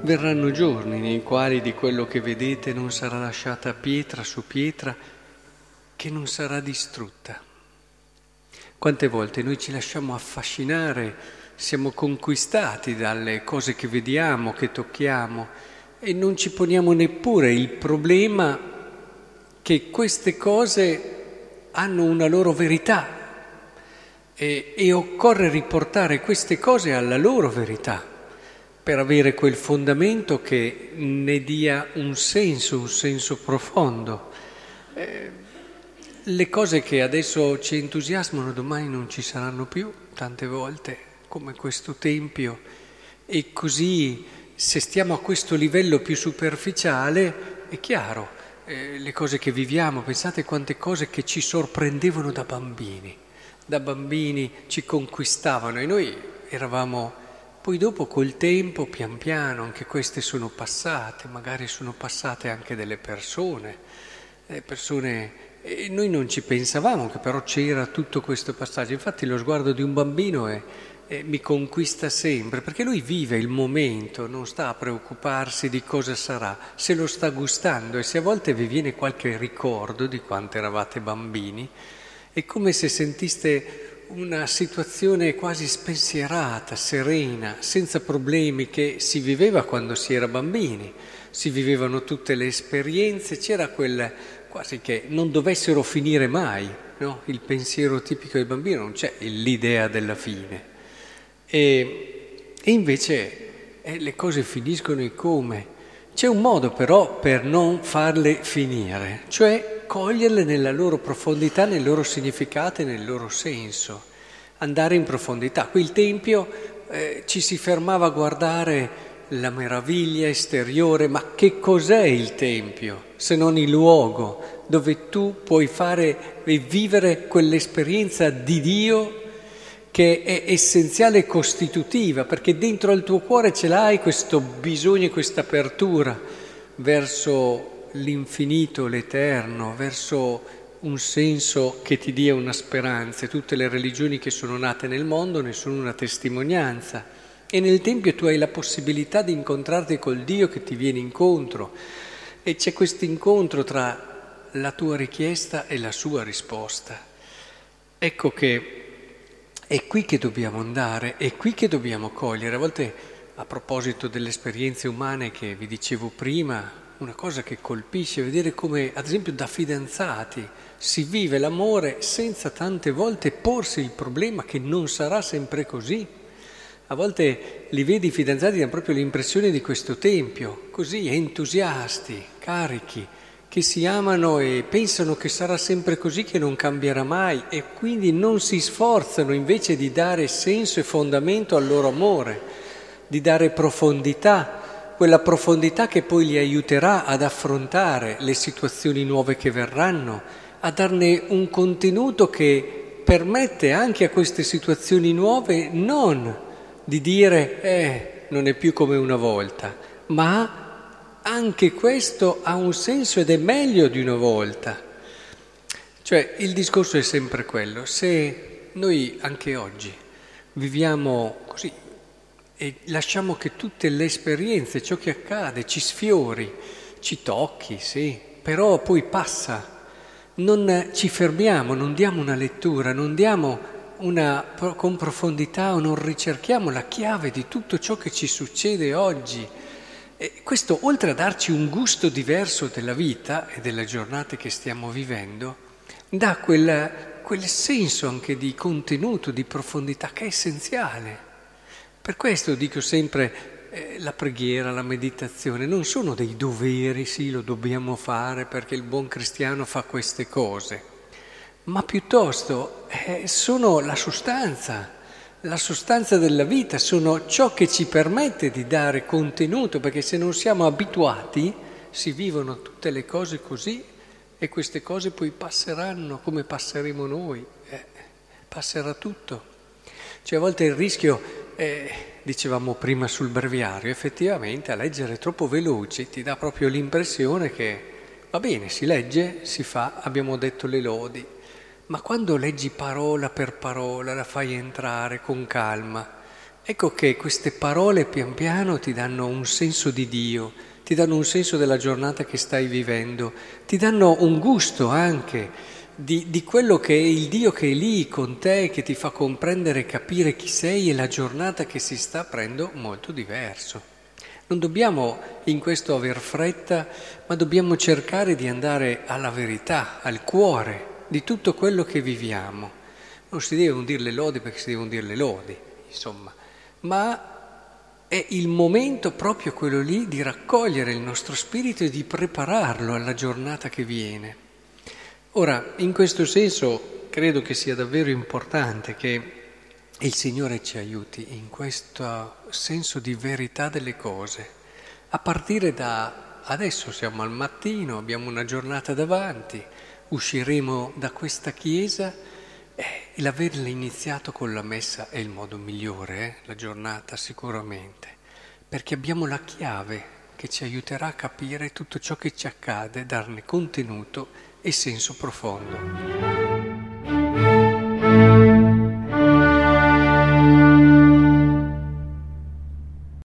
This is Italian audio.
Verranno giorni nei quali di quello che vedete non sarà lasciata pietra su pietra che non sarà distrutta. Quante volte noi ci lasciamo affascinare, siamo conquistati dalle cose che vediamo, che tocchiamo e non ci poniamo neppure il problema che queste cose hanno una loro verità e occorre riportare queste cose alla loro verità per avere quel fondamento che ne dia un senso profondo. Le cose che adesso ci entusiasmano domani non ci saranno più, tante volte, come questo tempio, e così se stiamo a questo livello più superficiale, è chiaro, le cose che viviamo, pensate quante cose che ci sorprendevano da bambini ci conquistavano e noi eravamo. Poi dopo col tempo, pian piano, anche queste sono passate, magari sono passate anche delle persone, e noi non ci pensavamo che però c'era tutto questo passaggio. Infatti lo sguardo di un bambino mi conquista sempre, perché lui vive il momento, non sta a preoccuparsi di cosa sarà, se lo sta gustando e se a volte vi viene qualche ricordo di quando eravate bambini, è come se sentiste una situazione quasi spensierata, serena, senza problemi che si viveva quando si era bambini, si vivevano tutte le esperienze, c'era quel quasi che non dovessero finire mai, no? Il pensiero tipico del bambino, non c'è l'idea della fine. E invece le cose finiscono e come? C'è un modo però per non farle finire, cioè coglierle nella loro profondità, nel loro significato e nel loro senso, andare in profondità. Qui il Tempio ci si fermava a guardare la meraviglia esteriore, ma che cos'è il Tempio se non il luogo dove tu puoi fare e vivere quell'esperienza di Dio che è essenziale e costitutiva, perché dentro al tuo cuore ce l'hai questo bisogno e questa apertura verso l'infinito, l'eterno, verso un senso che ti dia una speranza. E tutte le religioni che sono nate nel mondo ne sono una testimonianza. E nel Tempio tu hai la possibilità di incontrarti col Dio che ti viene incontro. E c'è questo incontro tra la tua richiesta e la sua risposta. Ecco che è qui che dobbiamo andare, è qui che dobbiamo cogliere. A volte, a proposito delle esperienze umane che vi dicevo prima, una cosa che colpisce è vedere come, ad esempio, da fidanzati si vive l'amore senza tante volte porsi il problema che non sarà sempre così. A volte li vedi i fidanzati, danno proprio l'impressione di questo Tempio, così entusiasti, carichi, che si amano e pensano che sarà sempre così, che non cambierà mai, e quindi non si sforzano invece di dare senso e fondamento al loro amore, di dare profondità, quella profondità che poi li aiuterà ad affrontare le situazioni nuove che verranno, a darne un contenuto che permette anche a queste situazioni nuove non di dire non è più come una volta, ma anche questo ha un senso ed è meglio di una volta. Cioè il discorso è sempre quello: se noi anche oggi viviamo così e lasciamo che tutte le esperienze, ciò che accade, ci sfiori, ci tocchi, sì, però poi passa, non ci fermiamo, non diamo una lettura, non diamo con profondità o non ricerchiamo la chiave di tutto ciò che ci succede oggi. E questo, oltre a darci un gusto diverso della vita e delle giornate che stiamo vivendo, dà quel senso anche di contenuto, di profondità che è essenziale. Per questo dico sempre, la preghiera, la meditazione non sono dei doveri, sì, lo dobbiamo fare perché il buon cristiano fa queste cose, ma piuttosto sono la sostanza della vita, sono ciò che ci permette di dare contenuto, perché se non siamo abituati si vivono tutte le cose così e queste cose poi passeranno come passeremo noi, passerà tutto. Cioè a volte il rischio, dicevamo prima sul breviario, effettivamente a leggere troppo veloci ti dà proprio l'impressione che va bene, si legge, si fa, abbiamo detto le lodi. Ma quando leggi parola per parola, la fai entrare con calma, Ecco che queste parole pian piano ti danno un senso di Dio, ti danno un senso della giornata che stai vivendo, ti danno un gusto anche di quello che è il Dio che è lì con te, che ti fa comprendere e capire chi sei e la giornata che si sta aprendo molto diverso. Non dobbiamo in questo aver fretta, ma dobbiamo cercare di andare alla verità, al cuore di tutto quello che viviamo. Non si devono dire le lodi perché si devono dire le lodi, insomma, ma è il momento proprio quello lì di raccogliere il nostro spirito e di prepararlo alla giornata che viene. Ora, in questo senso, credo che sia davvero importante che il Signore ci aiuti in questo senso di verità delle cose, a partire da adesso siamo al mattino, abbiamo una giornata davanti, usciremo da questa chiesa e l'averla iniziato con la messa è il modo migliore, la giornata sicuramente, perché abbiamo la chiave che ci aiuterà a capire tutto ciò che ci accade, darne contenuto e senso profondo.